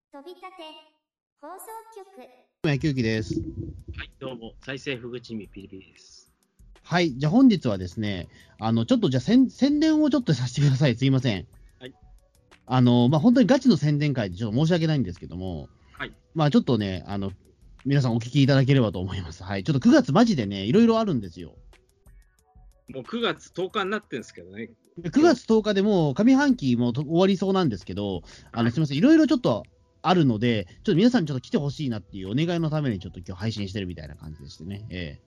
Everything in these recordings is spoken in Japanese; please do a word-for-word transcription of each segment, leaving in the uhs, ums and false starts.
飛び立て放送局野球機です。 はい、どうも、再生ふぐちみピリピリです。 はい、じゃあ本日はですね、あの、ちょっとじゃあ宣宣伝をちょっとさせてください。すいません。 はい。 あの、まあ、本当にガチの宣伝会でちょっと申し訳ないんですけども、 はい。 まあ、ちょっとね、あの、皆さんお聞きいただければと思います。はい。ちょっとくがつマジでね、いろいろあるんですよ。 もうくがつとおかになってるんですけどね。 くがつとおかでもう上半期もと終わりそうなんですけど、あの、すみません、いろいろちょっとあるので、ちょっと皆さんちょっと来てほしいなっていうお願いのためにちょっと今日配信してるみたいな感じでしてね。え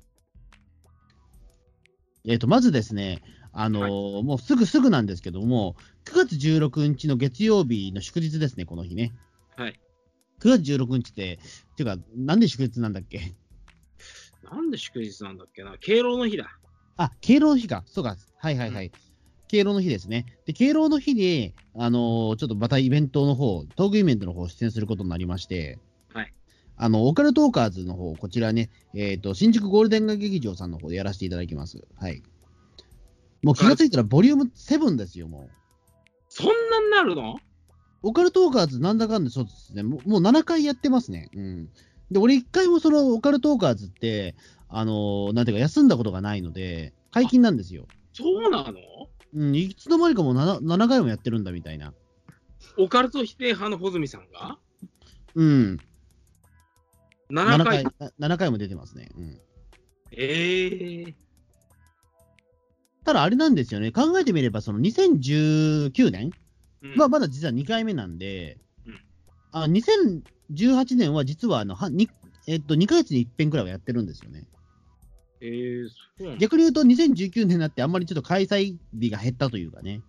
ーえーと、まずですね、あのーはもうすぐすぐなんですけども、くがつじゅうろくにちの月曜日の祝日ですね、この日ね。 はい。 くがつじゅうろくにちって、っていうか、なんで祝日なんだっけ？ なんで祝日なんだっけな、敬老の日だ。 あ、敬老の日か。そうか。はいはいはい。敬老の日ですね。で、敬老の日に、あのーちょっとまたイベントの方、トークイベントの方出演することになりまして、 はい。 あの、オカルトーカーズの方、こちらね、えっ、と、新宿ゴールデン劇場さんの方でやらせていただきます。はい。もう気がついたらボリュームななですよ、もう。 そんなになるの？ オカルトーカーズなんだかんだそうですね、もうもうななかいやってますね。うん。で、俺いっかいもそのオカルトーカーズって、あのーなんていうか休んだことがないので、解禁なんですよ。 そうなの？ うん、いつの間にかもう 7, ななかいもやってるんだみたいな。 オカルト否定派の穂積さんがうん。 ななかい。 ななかい、なななかいも出てますね。うん。 ええー。 ただあれなんですよね、考えてみれば、そのにせんじゅうきゅうねん、 うんまあ、まだ実はにかいめなんで、 うんあにせんじゅうはちねんは実はあのはに、えっと、にかげつにいっぺんくらいはやってるんですよね。 ええー、そうなの？ 逆に言うと、にせんじゅうきゅうねんになってあんまりちょっと開催日が減ったというかね。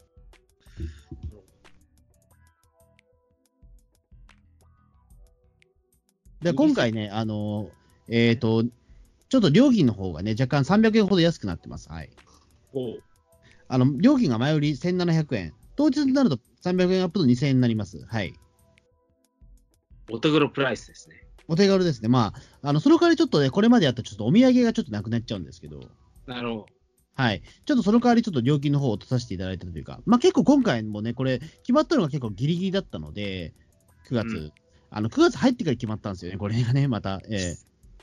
で今回ね、あのえっ、と、ちょっと料金の方がね、若干さんびゃくえんほど安くなってます。はい。 ほう。 あの料金が前よりせんななひゃくえん、当日になるとさんびゃくえんアップとにせんえんになります。はい。 お手頃プライスですね。 お手軽ですね。まあ、あのその代わりちょっとね、これまでやったちょっとお土産がちょっとなくなっちゃうんですけど、 なるほど。 はい。ちょっとその代わりちょっと料金の方を落とさせていただいたというか、まあ結構今回もね、これ、決まったのが結構ギリギリだったので、くがつ、うん、あのくがつ入ってから決まったんですよね、これがね、また。えー、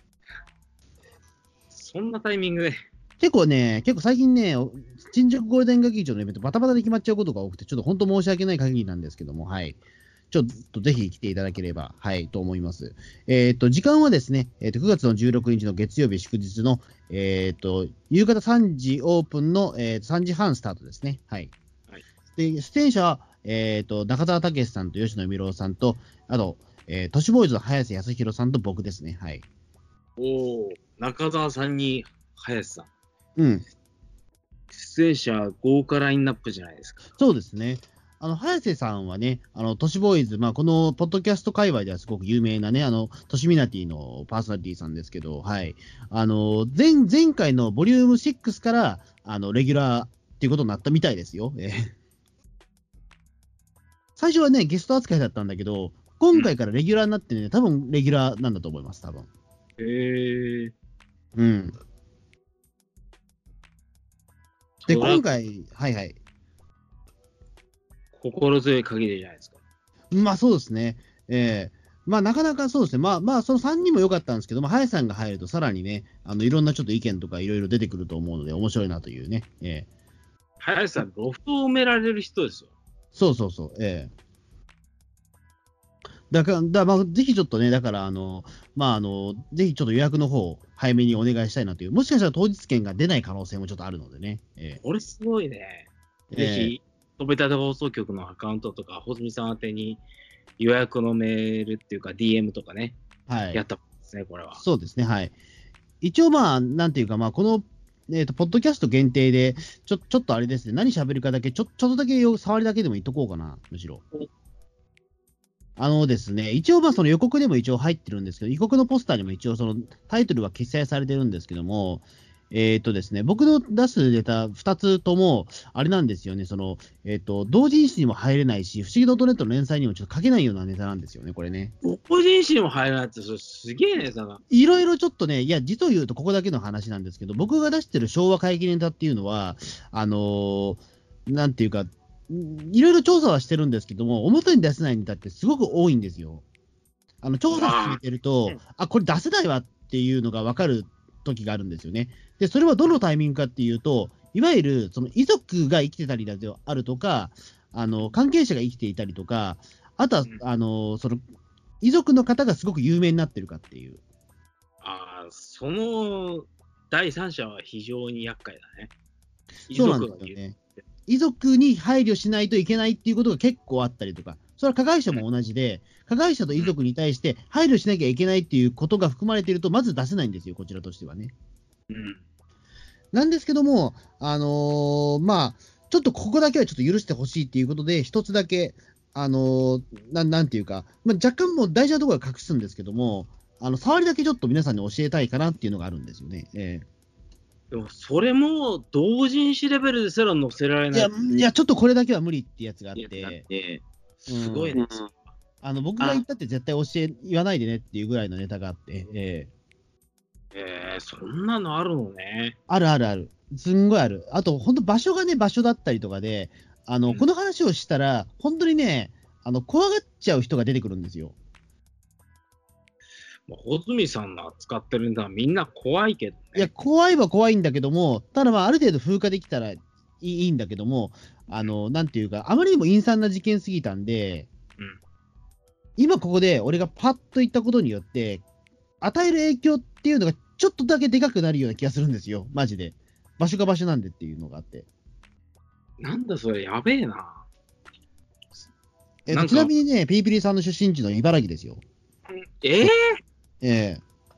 そんなタイミングで。 結構ね、結構最近ね、新宿ゴールデン劇場のイベント、バタバタで決まっちゃうことが多くて、ちょっと本当申し訳ない限りなんですけども、はい。ちょっとぜひ来ていただければ、はい、と思います。えっ、ー、と、時間はですね、えーと、くがつのじゅうろくにちの月曜日祝日の、えっ、ー、と、夕方さんじオープンの、えー、さんじはんスタートですね。はい。はい、で、出演者は、えっ、ー、と、中澤武さんと吉野美郎さんと、あと、えー、都市ボーイズの早瀬康弘さんと僕ですね。はい。 おお、中澤さんに早瀬さん。 うん。 出演者豪華ラインナップじゃないですか。 そうですね。あの早瀬さんはね、あの都市ボーイズ、まあ、このポッドキャスト界隈ではすごく有名なね、あの都市ミナティのパーソナリティさんですけど、はい、あの 前, 前回のボリュームシックスからあのレギュラーっていうことになったみたいですよ。えー、最初はね、ゲスト扱いだったんだけど、今回からレギュラーになってね、多分レギュラーなんだと思います、多分。 へえー。 うん。で、今回、はいはい。 心強い限りじゃないですか。 まあそうですね。えー、まあなかなかそうですね。まあまあそのさんにんも良かったんですけど、まあ、林さんが入るとさらにね、あのいろんなちょっと意見とかいろいろ出てくると思うので面白いなというね。えー、 林さん、ロフトを埋められる人ですよ。 そうそうそう。えーだから、だまあ、ぜひちょっとね、だから、あの、まあ、あの、ぜひちょっと予約の方、早めにお願いしたいなという、もしかしたら当日券が出ない可能性もちょっとあるのでね。えー、これすごいね。 えー、 ぜひ、飛び立て放送局のアカウントとか、穂積さん宛てに予約のメールっていうか、ディーエム とかね、はい、やったんですね、これは。 そうですね、はい。一応、まあ、なんていうか、まあ、この、えーと、ポッドキャスト限定で、ちょ、ちょっとあれですね、何喋るかだけ、ちょ、ちょっとだけ触りだけでも言っとこうかな、むしろ。あのですね、一応、まあ、その予告でも一応入ってるんですけど、予告のポスターにも一応、そのタイトルは記載されてるんですけども、えっ、ー、とですね、僕の出すネタふたつとも、あれなんですよね、その、えっ、ー、と、同人誌にも入れないし、不思議ドットネットの連載にもちょっと書けないようなネタなんですよね、これね。 同人誌にも入らないって、それすげえネタが。 いろいろちょっとね、いや、実を言うとここだけの話なんですけど、僕が出してる昭和怪奇ネタっていうのは、あのー、なんていうか、 いろいろ調査はしてるんですけども、表に出せないネタってすごく多いんですよ。あの調査進めてると、あ、これ出せないわっていうのが分かる時があるんですよね。で、それはどのタイミングかっていうと、いわゆるその遺族が生きてたりだとあるとか、あの関係者が生きていたりとか、あとは、あのその遺族の方がすごく有名になってるかっていう。 ああ、その第三者は非常に厄介だね。 そうなんですよね。遺族に配慮しないといけないっていうことが結構あったりとか、それは加害者も同じで、加害者と遺族に対して配慮しなきゃいけないっていうことが含まれていると、まず出せないんですよ、こちらとしてはね。 うん、 なんですけども、あのー、まあ、ちょっとここだけはちょっと許してほしいっていうことで、一つだけ、あのー、ななんていうか、まあ、若干もう大事なところは隠すんですけども、あの触りだけちょっと皆さんに教えたいかなっていうのがあるんですよね。えーでもそれも同人誌レベルですら載せられない。いや、いやちょっとこれだけは無理ってやつがあって、 すごいね、うん、 あの僕が言ったって絶対教え言わないでねっていうぐらいのネタがあって、えー、えー、そんなのあるのね。 あるあるある、すんごいある。あと、本当、場所がね、場所だったりとかで、あの、うん、この話をしたら、本当にね、あの怖がっちゃう人が出てくるんですよ。 穂積さんの扱ってるんだ、みんな怖いけどね。 いや、怖いは怖いんだけども、ただまあ、ある程度風化できたらいいいいんだけども、あの、なんていうか、あまりにも陰惨な事件すぎたんで、うん、今ここで俺がパッと言ったことによって、与える影響っていうのがちょっとだけでかくなるような気がするんですよ、マジで。場所が場所なんでっていうのがあって。 なんだそれ、やべえな。 えっと、ちなみにね、ピーピリさんの出身地の茨城ですよ。 えー、 ええ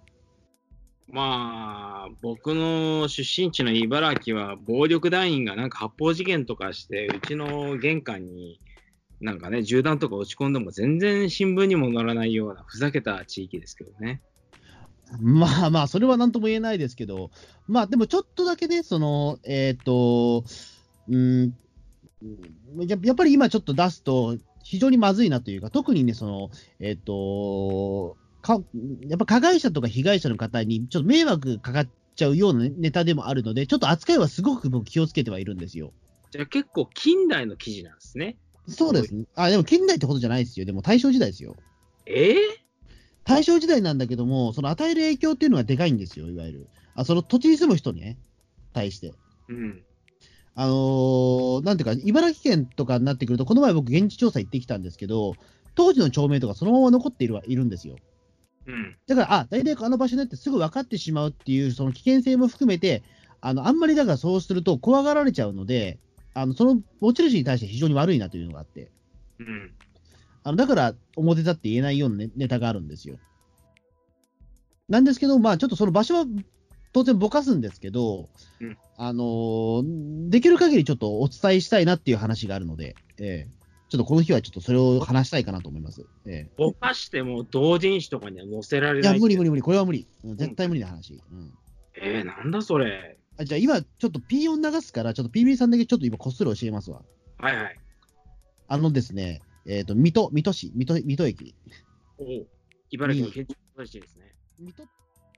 まあ、僕の出身地の茨城は、暴力団員がなんか発砲事件とかして、うちの玄関になんかね、銃弾とか落ち込んでも全然新聞にも載らないようなふざけた地域ですけどね。 まあまあ、それはなんとも言えないですけど、まあでもちょっとだけね、その、えっと、うん、ややっぱり今ちょっと出すと、非常にまずいなというか、特にね、その、えっと、かやっぱ加害者とか被害者の方にちょっと迷惑かかっちゃうようなネタでもあるので、ちょっと扱いはすごく僕気をつけてはいるんですよ。 じゃあ結構近代の記事なんですね。 そうですね。あ、でも近代ってことじゃないですよ。でも大正時代ですよ。 えー、 大正時代なんだけども、その与える影響っていうのがでかいんですよ、いわゆる。あ、その土地に住む人にね、対して。 うん。 あのー、なんていうか、茨城県とかになってくると、この前僕現地調査行ってきたんですけど、当時の町名とかそのまま残っているはいるんですよ。 うん、 だから、あ、大体あの場所ねってすぐ分かってしまうっていう、その危険性も含めて、あの、あんまりだからそうすると怖がられちゃうので、あの、その持ち主に対して非常に悪いなというのがあって。 うん。 あの、だから、表立って言えないようなネネタがあるんですよ。なんですけど、まあ、ちょっとその場所は当然ぼかすんですけど、うん、あのー、できる限りちょっとお伝えしたいなっていう話があるので、えー、ちょっとこの日はちょっとそれを話したいかなと思います。えー、ぼかしても同人誌とかには載せられない。 いや、無理無理無理、これは無理。絶対無理な話。うん、 えー、なんだそれ。 あ、じゃあ今、ちょっと P 音流すから、ちょっと ピービー さんだけちょっと今こっそり教えますわ。 はいはい。 あのですね、えっ、ー、と、水戸、水戸市、水戸、水戸駅。 おお、茨城の県庁市ですね。 水戸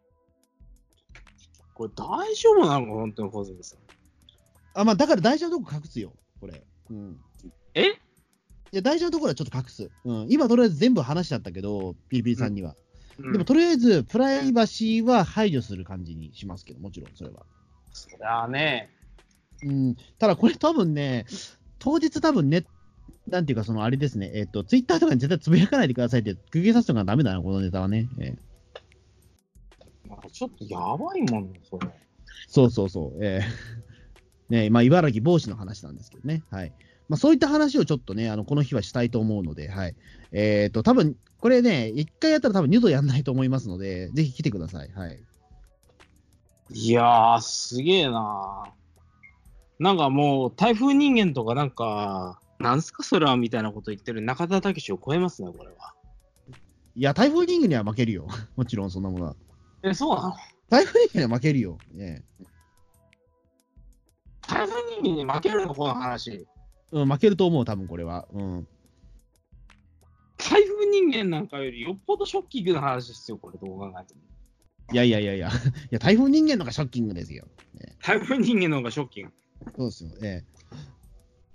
これ大丈夫なのか、本当に小泉さん。 あ、まあ、だから大事なとこ隠すよ、これ。うん。 えいや、大事なところはちょっと隠す。うん。今、とりあえず全部話しちゃったけど、ピーピー さんには。うん、でも、とりあえず、プライバシーは排除する感じにしますけど、もちろん、それは。 そりゃあね。 うん。ただ、これ多分ね、当日多分ね、なんていうか、そのあれですね、えっ、ー、と、ツイッターとかに絶対つぶやかないでくださいって、釘刺すのがダメだな、このネタはね。えーちょっとやばいもんね、それ。 そうそうそう。えー、ね、まあ、茨城帽子の話なんですけどね。はい。まあ、そういった話をちょっとね、あの、この日はしたいと思うので、はい。えっ、ー、と、多分これね、一回やったら多分二度やんないと思いますので、ぜひ来てください。はい。 いやー、すげえなー。なんかもう、台風人間とかなんか、なんすかそれはみたいなこと言ってる中田武史を超えますね、これは。 いや、台風人間には負けるよ。もちろん、そんなものは。 え、そうなの？ 台風人間には負けるよ。ね、 台風人間に負けるのこの話。 うん、負けると思う、多分これは。うん。 台風人間なんかよりよっぽどショッキングな話ですよ、これ、どう考えても。 いやいやいやいや、いや台風人間のがショッキングですよ。 ね、台風人間の方がショッキング。 そうですよ。ええ。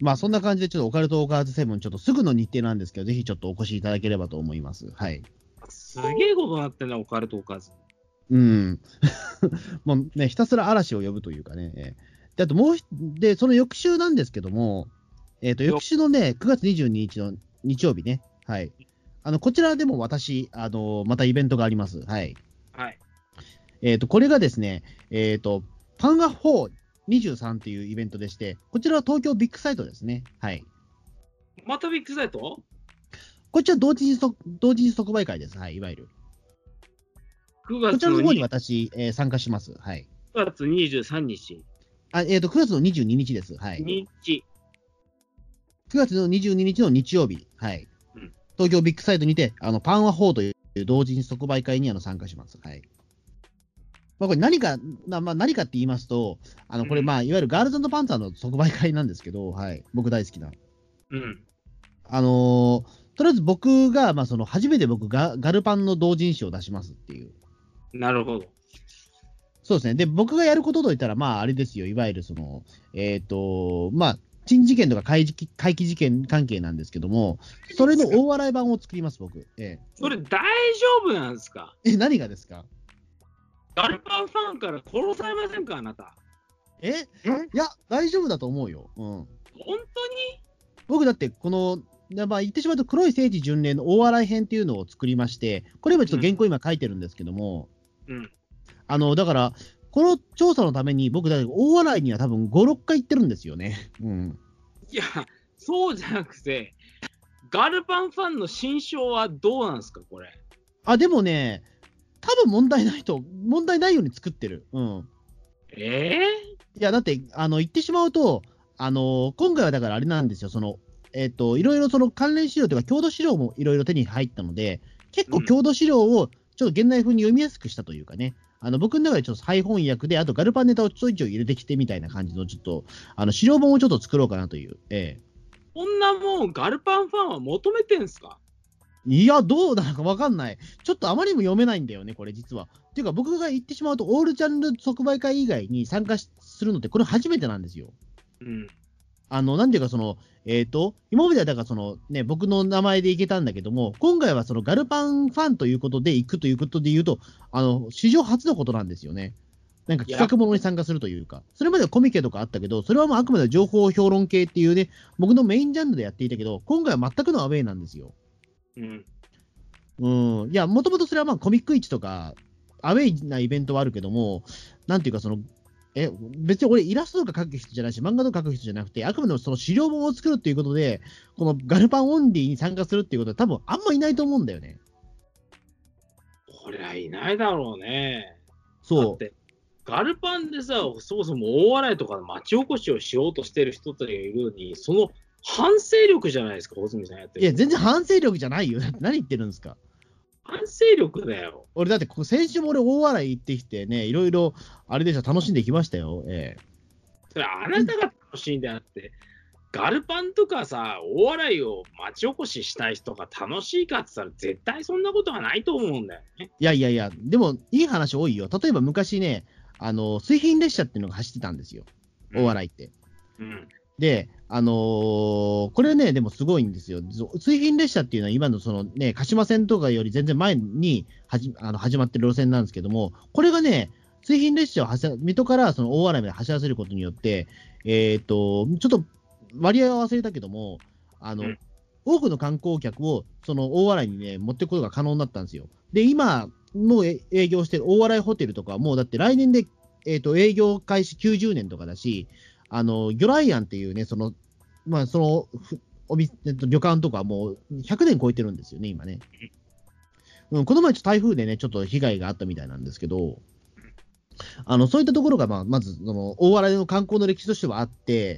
まあそんな感じで、ちょっとオカルトオカーズセブン、ちょっとすぐの日程なんですけど、ぜひちょっとお越しいただければと思います。はい。 すげえことになってんな、オカルトオカーズ。 うん。もうね、ひたすら嵐を呼ぶというかね。えーで、あともうひ、で、その翌週なんですけども、えっ、と、翌週のね、くがつにじゅうににちの日曜日ね。はい。あの、こちらでも私、あの、またイベントがあります。はい。 はい。 えっ、と、これがですね、えっ、と、パンガフォーにじゅうさんというイベントでして、こちらは東京ビッグサイトですね。はい。 またビッグサイト？ こちら同時に即、同時に即売会です。はい、いわゆる。 ?くこちらの方に月のに私、えー参加します。はい。 くがつにじゅうさんにち。 あ、えっ、と、くがつのにじゅうににちです。はい。 日。 くがつのにじゅうににちの日曜日、はい。 うん、 東京ビッグサイトにて、あの、パンワフォーという同時に即売会にあの参加します。はい。まあ、これ何か、なまあ、何かって言いますと、あの、これ、まあ、いわゆるガールズパンツァーの即売会なんですけど、はい。僕大好きな。 うん。 あのーとりあえず僕が、まあ、その、初めて僕がガルパンの同人誌を出しますっていう。 なるほど。 そうですね。で、僕がやることといったら、まあ、あれですよ。いわゆるその、えっ、と、まあ、珍事件とか怪事怪奇事件関係なんですけども、それの大笑い版を作ります、僕。えそれ大丈夫なんですか？ え、え何がですか？ ガルパンファンから殺されませんか、あなた。 えいや、大丈夫だと思うよ。うん。 本当に？ 僕だって、この、まあ、言ってしまうと、黒い聖地巡礼の大笑い編っていうのを作りまして、これ今ちょっと原稿今書いてるんですけども、 うん。 あの、だから、この調査のために僕、だ大笑いには多分ご、ろっかい行ってるんですよね。うん。 いや、そうじゃなくて、ガルパンファンの心象はどうなんですか、これ。 あ、でもね、多分問題ないと、問題ないように作ってる。うん。 ええいや、だって、あの、言ってしまうと、あの、今回はだからあれなんですよ、その、えっ、と、いろいろその関連資料というか、郷土資料もいろいろ手に入ったので、結構郷土資料をちょっと現代風に読みやすくしたというかね、あの、僕の中でちょっと再翻訳で、あとガルパンネタをちょいちょい入れてきてみたいな感じの、ちょっと、あの、資料本をちょっと作ろうかなという。ええこんなもん、ガルパンファンは求めてんすか？ いや、どうなのかわかんない。ちょっとあまりにも読めないんだよね、これ実は。っていうか、僕が言ってしまうと、オールジャンル即売会以外に参加しするのって、これ初めてなんですよ。 うん。 あの、なんていうか、その、えっ、と、今まではだからその、ね、僕の名前で行けたんだけども、今回はそのガルパンファンということで行くということで言うと、あの、史上初のことなんですよね。なんか企画ものに参加するというか、それまではコミケとかあったけど、それはもうあくまで情報評論系っていうね、僕のメインジャンルでやっていたけど、今回は全くのアウェイなんですよ。 うん。 うん。いや、もともとそれはまあコミック市とか、アウェイなイベントはあるけども、なんていうかその、え、別に俺イラストとか描く人じゃないし、漫画とか描く人じゃなくて、あくまでもその資料本を作るっていうことで、このガルパンオンリーに参加するっていうことは多分あんまいないと思うんだよね。 こりゃいないだろうね。だそう。 って、ガルパンでさ、そもそも大笑いとか町おこしをしようとしてる人たちがいるのに、その反省力じゃないですか、穂積さんやってる。 いや、全然反省力じゃないよ。だって何言ってるんですか。 反省力だよ。 俺だってここ、先週も俺大笑い行ってきてね、いろいろ、あれでしょ、楽しんできましたよ。ええ。 それあなたが楽しいんであって、ガルパンとかさ、大笑いを町おこししたい人が楽しいかって言ったら、絶対そんなことはないと思うんだよね。 いやいやいや、でもいい話多いよ。例えば昔ね、あの、水浜列車っていうのが走ってたんですよ。大笑いって。 うん。 で、あのーこれね、でもすごいんですよ。ぞ水浜列車っていうのは今のそのね、鹿島線とかより全然前にはじあの始まってる路線なんですけども、これがね、水浜列車を走ら水戸からその大洗まで走らせることによって、えっ、と、ちょっと割合は忘れたけども、あの、 うん多くの観光客をその大洗にね、持っていくことが可能になったんですよ。で、今、もうえ営業してる大洗ホテルとかはもうだって来年で、えっ、と、営業開始きゅうじゅうねんとかだし、あの、魚来庵っていうね、その、まあ、その、ふお店、えっと旅館とかもうひゃくねん超えてるんですよね、今ね。うん、この前ちょっと台風でね、ちょっと被害があったみたいなんですけど、あの、そういったところが、まあ、まず、その、大洗の観光の歴史としてはあって、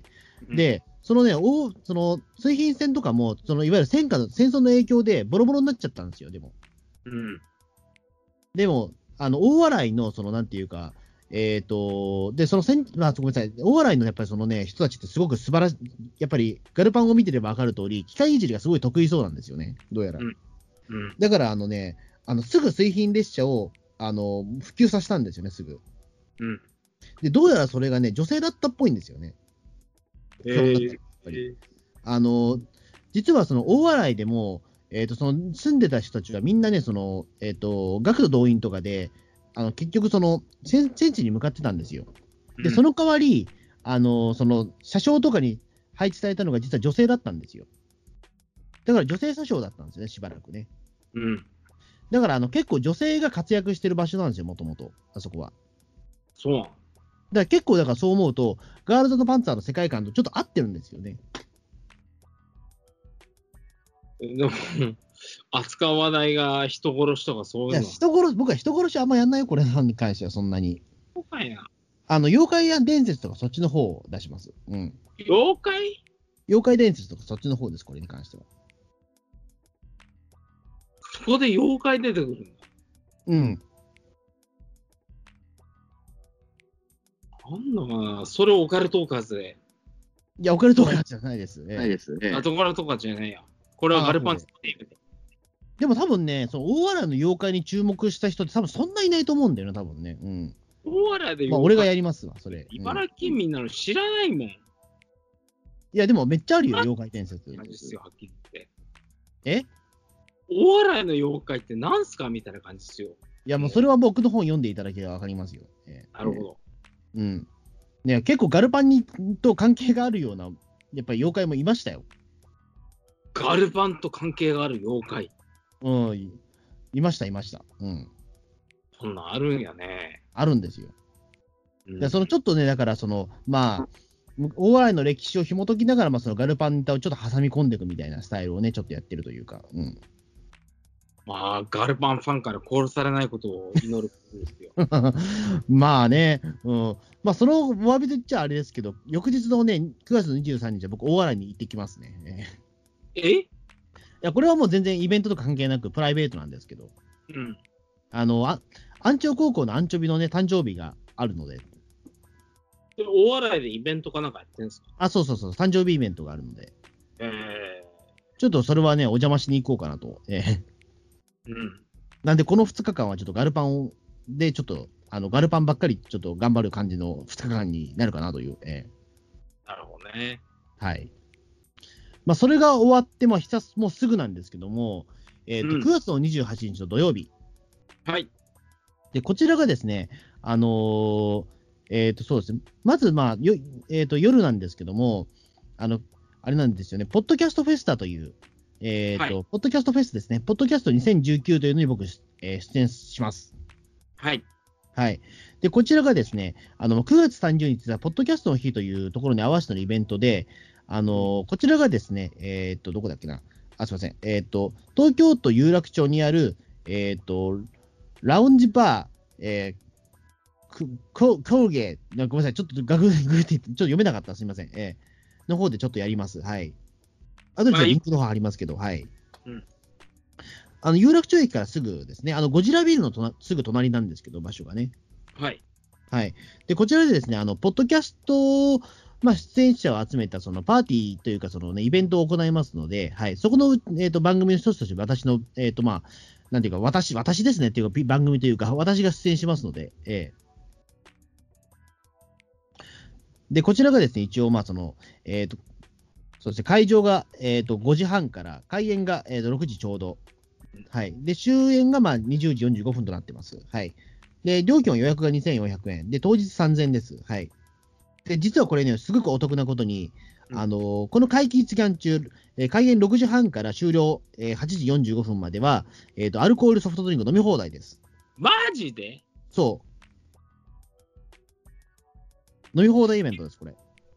で、そのね、おその、水浜線とかも、その、いわゆる戦火の、戦争の影響でボロボロになっちゃったんですよ、でも。 うん。 でも、あの、大洗の、その、なんていうか、えっ、と、で、そのせん、まあ、ごめんなさい、大洗のやっぱりそのね、人たちってすごく素晴らしい、やっぱりガルパンを見てれば分かる通り、機械いじりがすごい得意そうなんですよね、どうやら。 うんうん。 だから、あのね、あの、すぐ水浜列車を、あの、普及させたんですよね、すぐ。 うん。 で、どうやらそれがね、女性だったっぽいんですよね。 えー、 ぱり。あの、実はその大洗でも、えっ、と、その住んでた人たちがみんなね、その、えっ、と、学徒動員とかで、あの、結局その戦、戦地に向かってたんですよ。で、その代わり、あの、その、車掌とかに配置されたのが実は女性だったんですよ。だから女性車掌だったんですよね、しばらくね。 うん。 だから、あの、結構女性が活躍してる場所なんですよ、もともと、あそこは。 そうなの。 だから結構、だからそう思うと、ガールズパンツァーの世界観とちょっと合ってるんですよね。 でも、扱う話題が人殺しとかそういや、 いうの。 人殺し、僕は人殺しあんまやんないよ、これに関しては、そんなに。 そうかいな。 あの、妖怪や伝説とかそっちの方を出します。うん。 妖怪妖怪伝説とかそっちの方です、これに関しては。 そこで妖怪出てくるんだ。 うん。 なんだかな、それオカルトーカーズで。 いや、オカルトーカーじゃないです。 ないですね。 あ、オカルトーカーズじゃないや。これはガルパンステープで。 でも多分ね、その大洗の妖怪に注目した人って多分そんないないと思うんだよね、多分ね。うん。 大洗でまあ、俺がやりりますわ、それ。うん茨城県民なの知らないもん。 いや、でもめっちゃあるよ、妖怪伝説。 感じですよ、はっきり言って。 え大洗の妖怪って何すかみたいな感じですよ。 いや、もうそれは僕の本読んでいただければわかりますよ。えーなるほど。 うん。ね、結構ガルパンにと関係があるような、やっぱり妖怪もいましたよ。 ガルパンと関係がある妖怪。 うん。いいました、いました。うん。 そんなんあるんやね。 あるんですよ。 うんでそのちょっとね、だからその、まあ、大洗の歴史を紐解きながら、まあ、そのガルパンネタをちょっと挟み込んでいくみたいなスタイルをね、ちょっとやってるというか。うん。 まあ、ガルパンファンから殺されないことを祈ることですよ。 まあね、うん。まあ、そのお詫びと言っちゃあれですけど、翌日のね、くがつのにじゅうさんにちは僕、大洗に行ってきますね。えーいえや、これはもう全然イベントとか関係なく、プライベートなんですけど、 うん。 あの、あアンチョ高校のアンチョビのね、誕生日があるので、 で大洗でイベントかなんかやってんすか？ あ、そうそうそう、誕生日イベントがあるので、 えちょっとそれはね、お邪魔しに行こうかなと。えーー、うん。 なんで、このふつかかんはちょっとガルパンをで、ちょっと、あの、ガルパンばっかりちょっと頑張る感じのふつかかんになるかなという。えなるほどね。 ーはい。まあ、それが終わって、まあ、久すもうすぐなんですけども、えっ、と、 うんくがつのにじゅうはちにちの土曜日。 はい。 で、こちらがですね、あのーえっ、と、そうですね。まず、まあ、よえっ、と、夜なんですけども、あの、あれなんですよね、ポッドキャストフェスタという、えっ、と、 はポッドキャストフェスですね。ポッドキャストにせんじゅうきゅうというのに僕、えー出演します。 はい。 はい。で、こちらがですね、あの、くがつさんじゅうにちは、ポッドキャストの日というところに合わせてのイベントで、あの、こちらがですね、えっ、と、どこだっけな。あ、すいません。えっ、と、東京都有楽町にある、えっ、と、ラウンジバー、えー、く、こ、工芸、ごめんなさい。ちょっとガグググって言って、ちょっと読めなかった。すみません。えー、の方でちょっとやります。はい。あとでちょっとリンクの方ありますけど、はい。 うんあの、有楽町駅からすぐですね、あの、ゴジラビルのとなすぐ隣なんですけど、場所がね。 はい。 はい。で、こちらでですね、あの、ポッドキャスト、まあ、出演者を集めた、その、パーティーというか、そのね、イベントを行いますので、はい。そこの、えっ、と、番組の一つとして、私の、えっ、と、まあ、なんていうか、私、私ですねっていうか、番組というか、私が出演しますので、ええで、こちらがですね、一応、まあ、その、えっ、と、そうですね、会場が、えっ、と、ごじはんから、開演が、えー、とろくじちょうど。はい。で、終演が、まあ、にじゅうじよんじゅうごふんとなってます。はい。で、料金は予約がにせんよんひゃくえん。で、当日さんぜんえんです。はい。で、実はこれね、すごくお得なことに、 うんあのーこの会期期間中、えー開演ろくじはんから終了、えーはちじよんじゅうごふんまでは、えっ、と、アルコールソフトドリンク飲み放題です。 マジでそう。飲み放題イベントです、これ。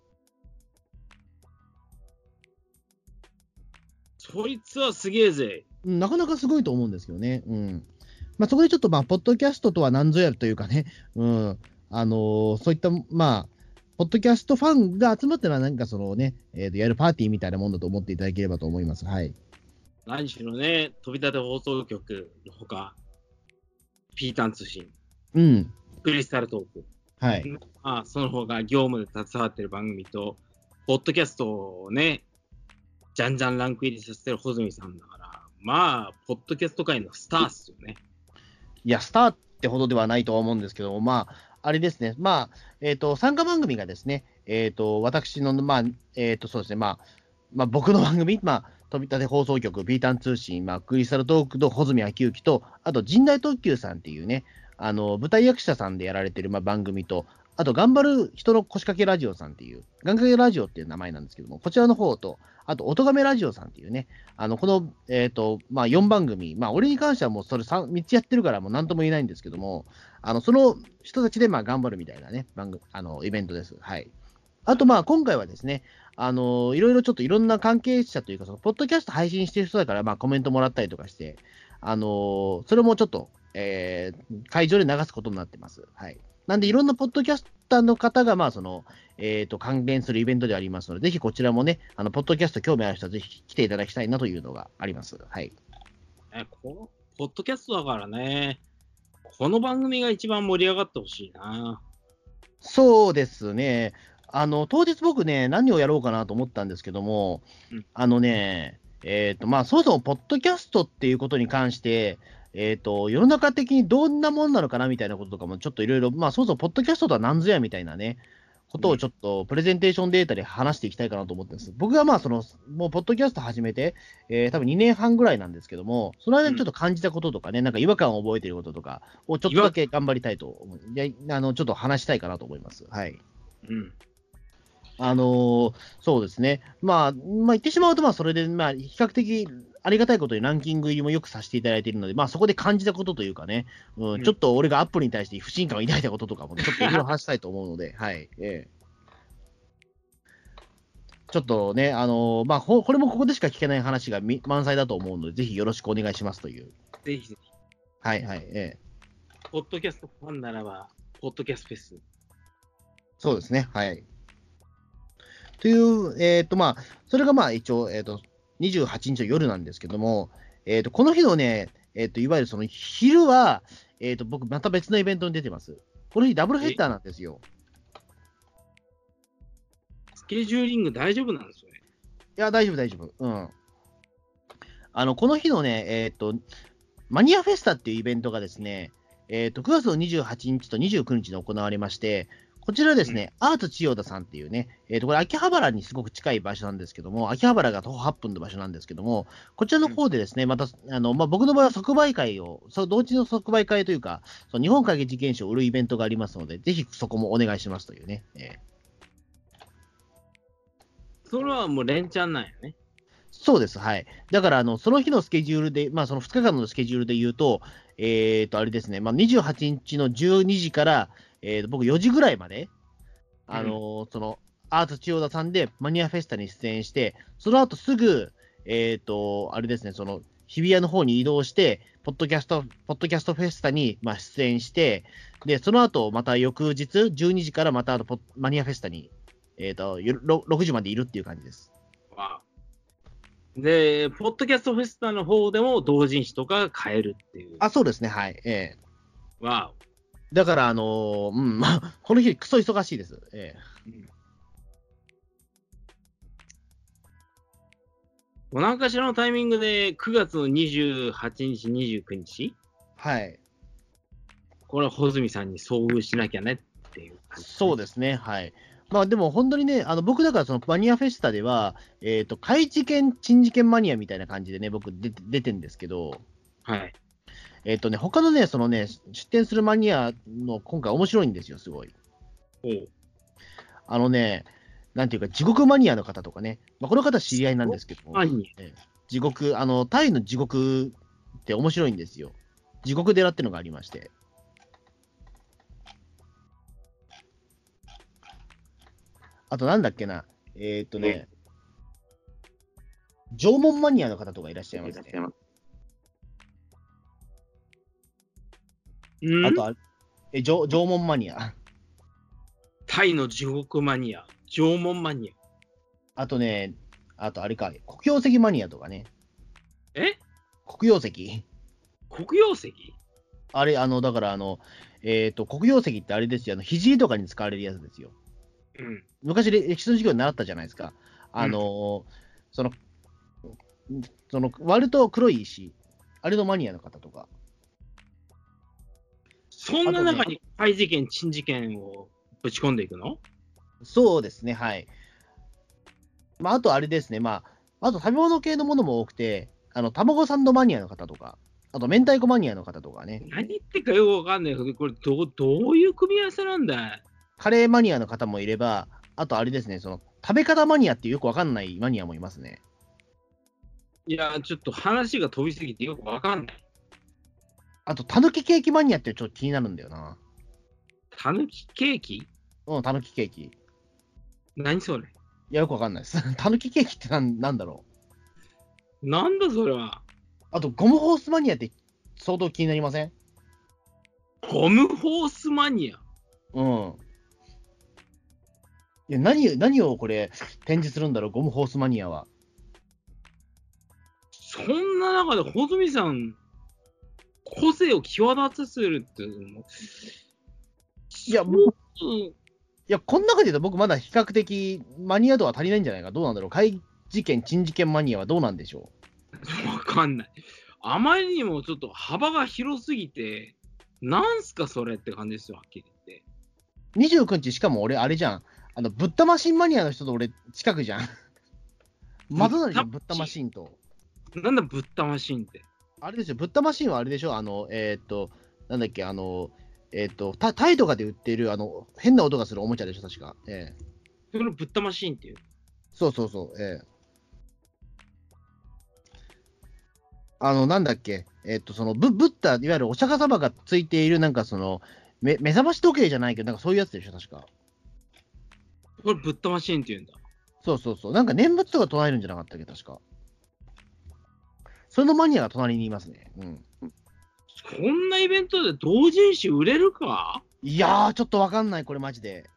そいつはすげえぜ。 うんなかなかすごいと思うんですけどね。うん。まあ、そこでちょっと、まあ、ポッドキャストとは何ぞやるというかね、うん。あのーそういった、まあ、ポッドキャストファンが集まってのは、なんかそのね、えーと、やるパーティーみたいなもんだと思っていただければと思います。はい。 何しろね、飛び立て放送局のほか、ピータン通信、 うん。 クリスタルトーク、 はい。 まあ、その方が業務で携わってる番組と、ポッドキャストをね、じゃんじゃんランク入りさせてる穂積さんだから、まあ、ポッドキャスト界のスターっすよね。 いや、スターってほどではないとは思うんですけど、まあ、あれですね、まあ、えっ、と、参加番組がですね、 えっ、と、私の、まあ、えっ、と、そうですね、まあ、まあ、僕の番組、まあ、飛び立て放送局、ビータン通信、まあ、クリスタルトークと穂積昭之と、あと、神代特急さんっていうね、あの、舞台役者さんでやられてる、まあ、番組と、あと、頑張る人の腰掛けラジオさんっていう、願掛けラジオっていう名前なんですけども、こちらの方と、あと、音亀ラジオさんっていうね、あの、この、えっ、と、まあ、よんばん組、まあ、俺に関してはもうそれ 3, みっつやってるからもう何とも言えないんですけども、あの、その人たちで、まあ、頑張るみたいなね、番組、あの、イベントです。はい。あと、まあ、今回はですね、あの、いろいろちょっといろんな関係者というか、その、ポッドキャスト配信してる人だから、まあ、コメントもらったりとかして、あの、それもちょっと、えー会場で流すことになってます。はい。なんで、いろんなポッドキャスターの方が、まあ、その、えっと、関連するイベントでありますので、ぜひこちらもね、あの、ポッドキャスト興味ある人はぜひ来ていただきたいなというのがあります。はい。 え、こポッドキャストだからね、この番組が一番盛り上がってほしいな。 そうですね。あの、当日僕ね、何をやろうかなと思ったんですけども、 うんあのね、えっと、まあ、そもそも、ポッドキャストっていうことに関して、えっと、世の中的にどんなもんなのかなみたいなこととかも、ちょっといろいろ、まあ、そもそも、ポッドキャストとは何ぞやみたいなね、ことをちょっと、プレゼンテーションデータで話していきたいかなと思ってます。僕がまあ、その、もう、ポッドキャスト始めて、えー、多分にねんはんぐらいなんですけども、その間にちょっと感じたこととかね、なんか違和感を覚えていることとかをちょっとだけ頑張りたいと思う。いや、あの、ちょっと話したいかなと思います。はい。 うん。 あのーそうですね。まあ、まあ、言ってしまうと、まあ、それで、まあ、比較的ありがたいことにランキング入りもよくさせていただいているので、まあ、そこで感じたことというかね、うんうんちょっと俺がアップルに対して不信感を抱いたこととかもね、ちょっといろいろ話したいと思うので、はい。ええちょっとね、あのーまあ、ほこれもここでしか聞けない話がみ満載だと思うので、ぜひよろしくお願いしますという。 ぜひぜひ、 はい、はい、ええポッドキャストファンならば、ポッドキャストフェス。 そうですね、はい。という、えっ、と、まあ、それがまあ一応、えっ、と、にじゅうはちにちの夜なんですけども、えっ、と、この日のね、えっ、と、いわゆるその昼は、えっ、と、僕、また別のイベントに出てます。この日ダブルヘッダーなんですよ。 スケジューリング大丈夫なんですよね。 いや、大丈夫、大丈夫。うん。あの、この日のね、えっ、と、マニアフェスタっていうイベントがですね、えっ、と、くがつのにじゅうはちにちとにじゅうくにちに行われまして、こちらですね、アーツ千代田さんっていうね、えっ、と、これ秋葉原にすごく近い場所なんですけども、秋葉原が徒歩はっぷんの場所なんですけども、こちらの方でですね、また、あの、まあ、僕の場合は即売会を、そう同時の即売会というか、その日本会議事件書を売るイベントがありますので、ぜひそこもお願いしますというね。えーそれはもう連チャンなんやね。 そうです、はい。だから、あの、その日のスケジュールで、まあ、そのふつかかんのスケジュールで言うと、えっ、と、あれですね、まあ、にじゅうはちにちのじゅうにじから、えーと、僕よじぐらいまで、あのーその、アーツ千代田さんでマニアフェスタに出演して、その後すぐ、えっ、と、あれですね、その、日比谷の方に移動して、ポッドキャスト、ポッドキャストフェスタに、まあ、出演して、で、その後、また翌日、じゅうにじからまたあのポッマニアフェスタに、えっ、と、よろろくじまでいるっていう感じです。 わあで、ポッドキャストフェスタの方でも同人誌とかが買えるっていう。 あ、そうですね、はい。ええわだから、あのーうん、まあ、この日、クソ忙しいです。ええお、何かしらのタイミングでくがつのにじゅうはちにち、にじゅうくにち、 はい。 これは穂積さんに遭遇しなきゃねっていう感じ、 そうですね、はい。まあでも本当にね、あの僕だからそのマニアフェスタでは、えっ、と、怪事件、珍事件マニアみたいな感じでね、僕出て出てんですけど、 はい。 えっ、とね、他のね、そのね、出展するマニアの今回面白いんですよ、すごい。 おうあのね、なんていうか、地獄マニアの方とかね、まあ、この方知り合いなんですけど、 マニええ地獄、あの、タイの地獄って面白いんですよ。地獄寺ってのがありまして。あとなんだっけな、えっ、とね、縄文マニアの方とかいらっしゃいますね。 んあとあれ、え、縄縄文マニア。 タイの地獄マニア、縄文マニア。 あとね、あとあれか、黒曜石マニアとかね。 え黒曜石黒曜石あれ、あの、だからあの、えっ、と、黒曜石ってあれですよ、あの、肘とかに使われるやつですよ。 うん。 昔れ歴史の授業で習ったじゃないですか。あのーその、その割ると黒い石、あれのマニアの方とか。 そんな中に怪事件、珍事件をぶち込んでいくの？ そうですね、はい。まあ、あとあれですね、まあ、あと食べ物系のものも多くて、あの、卵サンドマニアの方とか、あと明太子マニアの方とかね、 何言ってるかよくわかんないけど、これどう、どういう組み合わせなんだい。 カレーマニアの方もいれば、あとあれですね、その、食べ方マニアっていうよくわかんないマニアもいますね。 いや、ちょっと話が飛びすぎてよくわかんない。 あと、たぬきケーキマニアってちょっと気になるんだよな。 たぬきケーキ。 うん、たぬきケーキ。い何それ。 や、よくわかんないです。たぬきケーキってなんなんだろう。 なんだそれは。 あと、ゴムホースマニアって相当気になりません？ ゴムホースマニア。 うん。いや、何、何をこれ、展示するんだろう、ゴムホースマニアは。 そんな中で、穂積さん、個性を際立たせるって、もういや、 そういや、この中で言うと僕まだ比較的マニア度は足りないんじゃないか。どうなんだろう。怪事件、珍事件マニアはどうなんでしょわかんない。あまりにもちょっと幅が広すぎて、なんすかそれって感じですよ、はっきり言って。 う。にじゅうくにち、しかも俺、あれじゃん。あの、ブッダマシンマニアの人と俺、近くじゃん。まずなりじゃん、ブッダマシンと。 なんだ、ぶったマシンって。 あれですよ、ブッダマシンはあれでしょ。あの、えーっと、なんだっけ、あの、えーっと、タタイとかで売ってる、あの、変な音がするおもちゃでしょ、確か。ええそれをぶったマシンっていう。 そうそうそう、ええあの、なんだっけ、えーっと、その、ブブッダ、いわゆるお釈迦様がついている、なんかその、め目覚まし時計じゃないけど、なんかそういうやつでしょ、確か。 これぶったマシンって言うんだ。 そうそうそう。なんか念仏とか唱えるんじゃなかったっけ、確か。そのマニアが隣にいますね。うん。 そんなイベントで同人誌売れるか。 いやー、ちょっとわかんない、これマジで。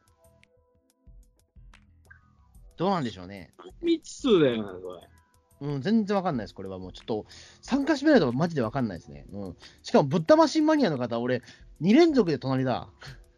どうなんでしょうね。 未知数だよな、それ。 うん、全然わかんないです、これはもう。ちょっと、参加してみないとマジでわかんないですね。うん。しかも、ブッダマシンマニアの方、俺、に連続で隣だ。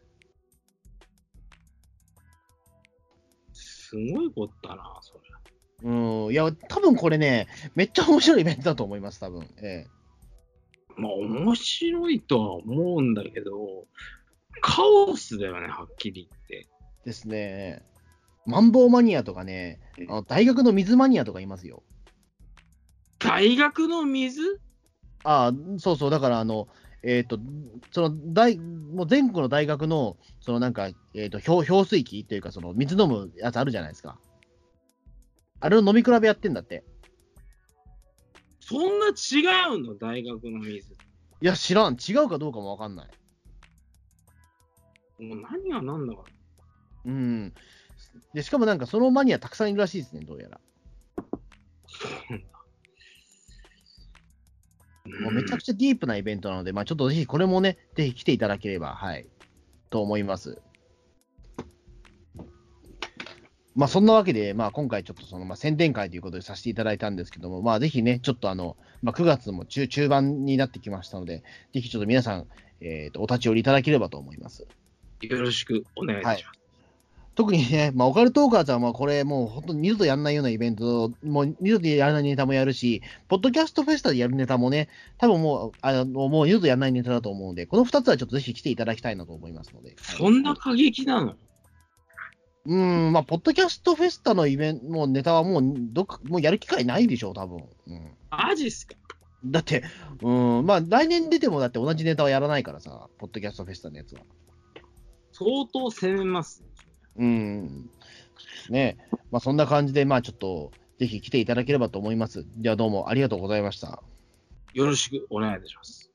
すごいことだな、それ。 うん。いや、多分これね、めっちゃ面白いイベントだと思います、多分。ええ。 まあ、面白いとは思うんだけど、カオスだよね、はっきり言って。 ですね。マンボウマニアとかね、あの大学の水マニアとかいますよ。 大学の水。 ああ、そうそう、だから、あの、えっと、その大、もう全国の大学の、そのなんか、えっと、氷氷水器というか、その水飲むやつあるじゃないですか。あれを飲み比べやってんだって。 そんな違うの、大学の水。 いや、知らん。違うかどうかもわかんない。 もう何が何だか。 うん。で、しかもなんか、そのマニアたくさんいるらしいですね、どうやら。もうめちゃくちゃディープなイベントなので、まあちょっとぜひこれもね、ぜひ来ていただければ、はい、と思います。まあそんなわけで、まあ今回ちょっとその、まあ、宣伝会ということでさせていただいたんですけども、まあぜひね、ちょっとあの、まあくがつも中中盤になってきましたので、ぜひちょっと皆さん、えーと、お立ち寄りいただければと思います。 よろしくお願いいたします。 特にね、まあ、オカルトーカーズはまあこれもう本当に二度とやらないようなイベント、もう二度とやらないネタもやるし、ポッドキャストフェスタでやるネタもね、多分もう、あのもう二度とやらないネタだと思うので、この二つはちょっとぜひ来ていただきたいなと思いますので。 そんな過激なの？ うーん、まあ、ポッドキャストフェスタのイベント、もうネタはもうどっか、もうやる機会ないでしょう、多分。うん、 マジっすか？ だって、うん、まあ、来年出てもだって同じネタはやらないからさ、ポッドキャストフェスタのやつは。 相当攻めますね。 うん。ね、まあ、そんな感じで、まあ、ちょっと、ぜひ来ていただければと思います。では、どうもありがとうございました。 よろしくお願いいたします。